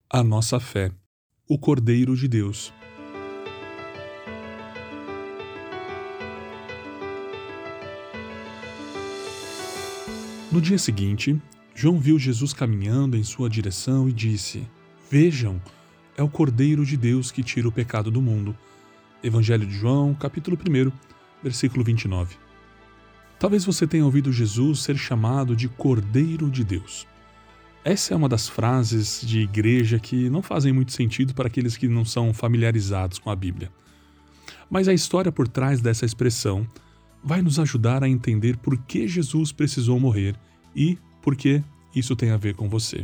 A nossa fé, o Cordeiro de Deus. No dia seguinte, João viu Jesus caminhando em sua direção e disse: Vejam, é o Cordeiro de Deus que tira o pecado do mundo. Evangelho de João, capítulo 1, versículo 29. Talvez você tenha ouvido Jesus ser chamado de Cordeiro de Deus. Essa é uma das frases de igreja que não fazem muito sentido para aqueles que não são familiarizados com a Bíblia. Mas a história por trás dessa expressão vai nos ajudar a entender por que Jesus precisou morrer e por que isso tem a ver com você.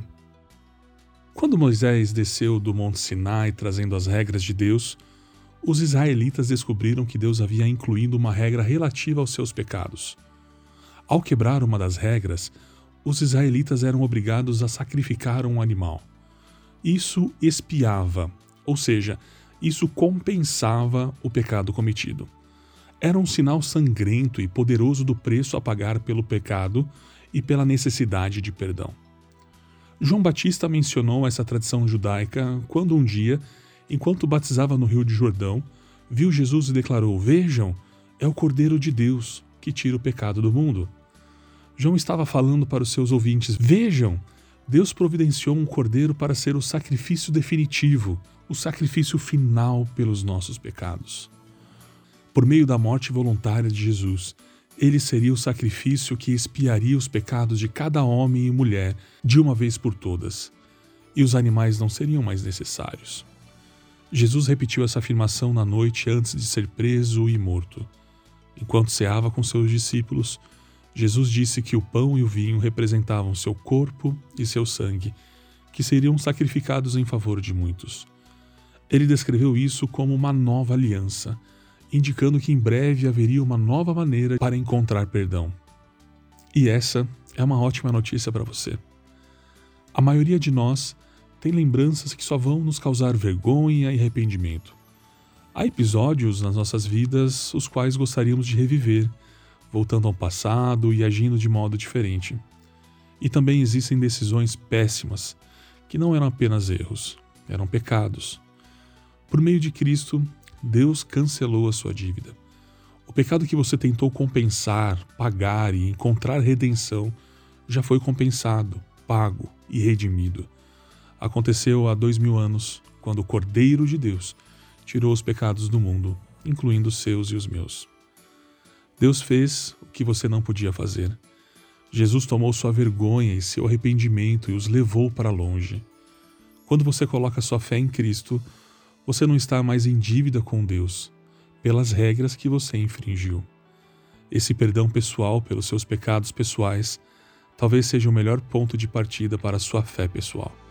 Quando Moisés desceu do Monte Sinai trazendo as regras de Deus, os israelitas descobriram que Deus havia incluído uma regra relativa aos seus pecados. Ao quebrar uma das regras, os israelitas eram obrigados a sacrificar um animal. Isso expiava, ou seja, isso compensava o pecado cometido. Era um sinal sangrento e poderoso do preço a pagar pelo pecado e pela necessidade de perdão. João Batista mencionou essa tradição judaica quando um dia, enquanto batizava no Rio de Jordão, viu Jesus e declarou: Vejam, é o Cordeiro de Deus que tira o pecado do mundo. João estava falando para os seus ouvintes: Vejam, Deus providenciou um cordeiro para ser o sacrifício definitivo, o sacrifício final pelos nossos pecados. Por meio da morte voluntária de Jesus, ele seria o sacrifício que expiaria os pecados de cada homem e mulher de uma vez por todas, e os animais não seriam mais necessários. Jesus repetiu essa afirmação na noite antes de ser preso e morto. Enquanto ceava com seus discípulos, Jesus disse que o pão e o vinho representavam seu corpo e seu sangue, que seriam sacrificados em favor de muitos. Ele descreveu isso como uma nova aliança, indicando que em breve haveria uma nova maneira para encontrar perdão. E essa é uma ótima notícia para você. A maioria de nós tem lembranças que só vão nos causar vergonha e arrependimento. Há episódios nas nossas vidas os quais gostaríamos de reviver, voltando ao passado e agindo de modo diferente. E também existem decisões péssimas, que não eram apenas erros, eram pecados. Por meio de Cristo, Deus cancelou a sua dívida. O pecado que você tentou compensar, pagar e encontrar redenção já foi compensado, pago e redimido. Aconteceu há 2000 anos, quando o Cordeiro de Deus tirou os pecados do mundo, incluindo os seus e os meus. Deus fez o que você não podia fazer. Jesus tomou sua vergonha e seu arrependimento e os levou para longe. Quando você coloca sua fé em Cristo, você não está mais em dívida com Deus, pelas regras que você infringiu. Esse perdão pessoal pelos seus pecados pessoais talvez seja o melhor ponto de partida para a sua fé pessoal.